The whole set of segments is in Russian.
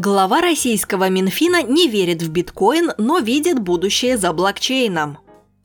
Глава российского Минфина не верит в биткоин, но видит будущее за блокчейном.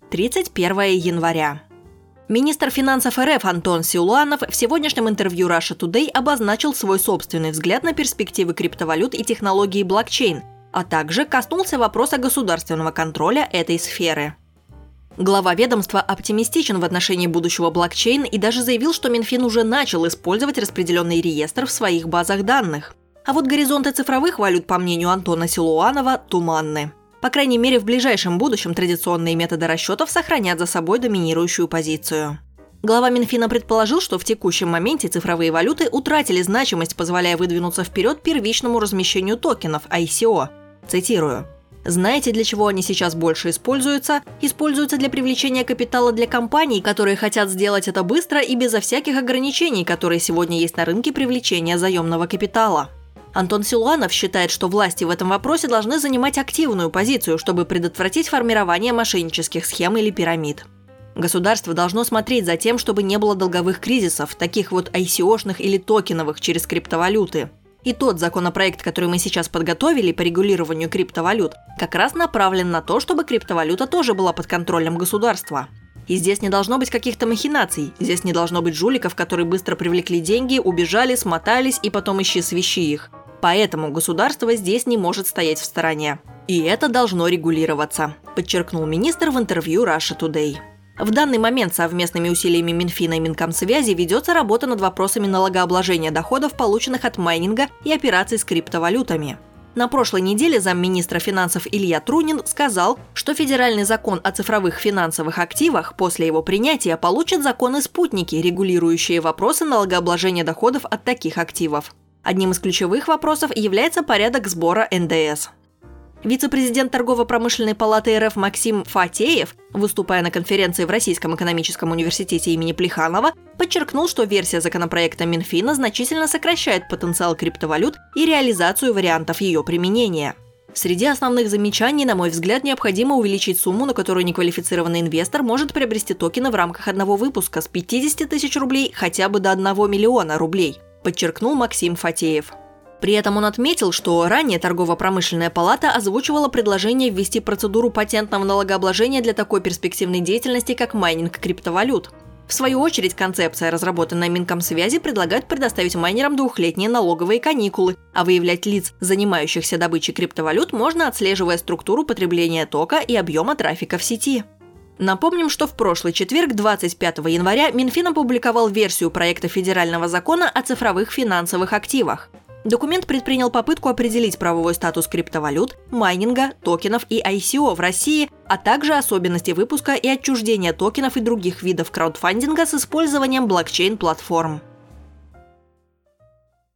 31 января. Министр финансов РФ Антон Силуанов в сегодняшнем интервью Russia Today обозначил свой собственный взгляд на перспективы криптовалют и технологии блокчейн, а также коснулся вопроса государственного контроля этой сферы. Глава ведомства оптимистичен в отношении будущего блокчейн и даже заявил, что Минфин уже начал использовать распределенный реестр в своих базах данных. А вот горизонты цифровых валют, по мнению Антона Силуанова, туманны. По крайней мере, в ближайшем будущем традиционные методы расчетов сохранят за собой доминирующую позицию. Глава Минфина предположил, что в текущем моменте цифровые валюты утратили значимость, позволяя выдвинуться вперед первичному размещению токенов ICO. Цитирую. «Знаете, для чего они сейчас больше используются? Используются для привлечения капитала для компаний, которые хотят сделать это быстро и безо всяких ограничений, которые сегодня есть на рынке привлечения заемного капитала». Антон Силуанов считает, что власти в этом вопросе должны занимать активную позицию, чтобы предотвратить формирование мошеннических схем или пирамид. Государство должно смотреть за тем, чтобы не было долговых кризисов, таких вот ICO-шных или токеновых через криптовалюты. И тот законопроект, который мы сейчас подготовили по регулированию криптовалют, как раз направлен на то, чтобы криптовалюта тоже была под контролем государства. И здесь не должно быть каких-то махинаций, здесь не должно быть жуликов, которые быстро привлекли деньги, убежали, смотались и потом ищи свищи их. Поэтому государство здесь не может стоять в стороне. И это должно регулироваться, подчеркнул министр в интервью Russia Today. В данный момент совместными усилиями Минфина и Минкомсвязи ведется работа над вопросами налогообложения доходов, полученных от майнинга и операций с криптовалютами. На прошлой неделе замминистра финансов Илья Трунин сказал, что федеральный закон о цифровых финансовых активах после его принятия получит законы-спутники, регулирующие вопросы налогообложения доходов от таких активов. Одним из ключевых вопросов является порядок сбора НДС. Вице-президент Торгово-промышленной палаты РФ Максим Фатеев, выступая на конференции в Российском экономическом университете имени Плеханова, подчеркнул, что версия законопроекта Минфина значительно сокращает потенциал криптовалют и реализацию вариантов ее применения. Среди основных замечаний, на мой взгляд, необходимо увеличить сумму, на которую неквалифицированный инвестор может приобрести токены в рамках одного выпуска с 50 тысяч рублей хотя бы до 1 миллиона рублей, подчеркнул Максим Фатеев. При этом он отметил, что ранее Торгово-промышленная палата озвучивала предложение ввести процедуру патентного налогообложения для такой перспективной деятельности, как майнинг криптовалют. В свою очередь, концепция, разработанная Минкомсвязи, предлагает предоставить майнерам двухлетние налоговые каникулы, а выявлять лиц, занимающихся добычей криптовалют, можно, отслеживая структуру потребления тока и объема трафика в сети. Напомним, что в прошлый четверг, 25 января, Минфин опубликовал версию проекта федерального закона о цифровых финансовых активах. Документ предпринял попытку определить правовой статус криптовалют, майнинга, токенов и ICO в России, а также особенности выпуска и отчуждения токенов и других видов краудфандинга с использованием блокчейн-платформ.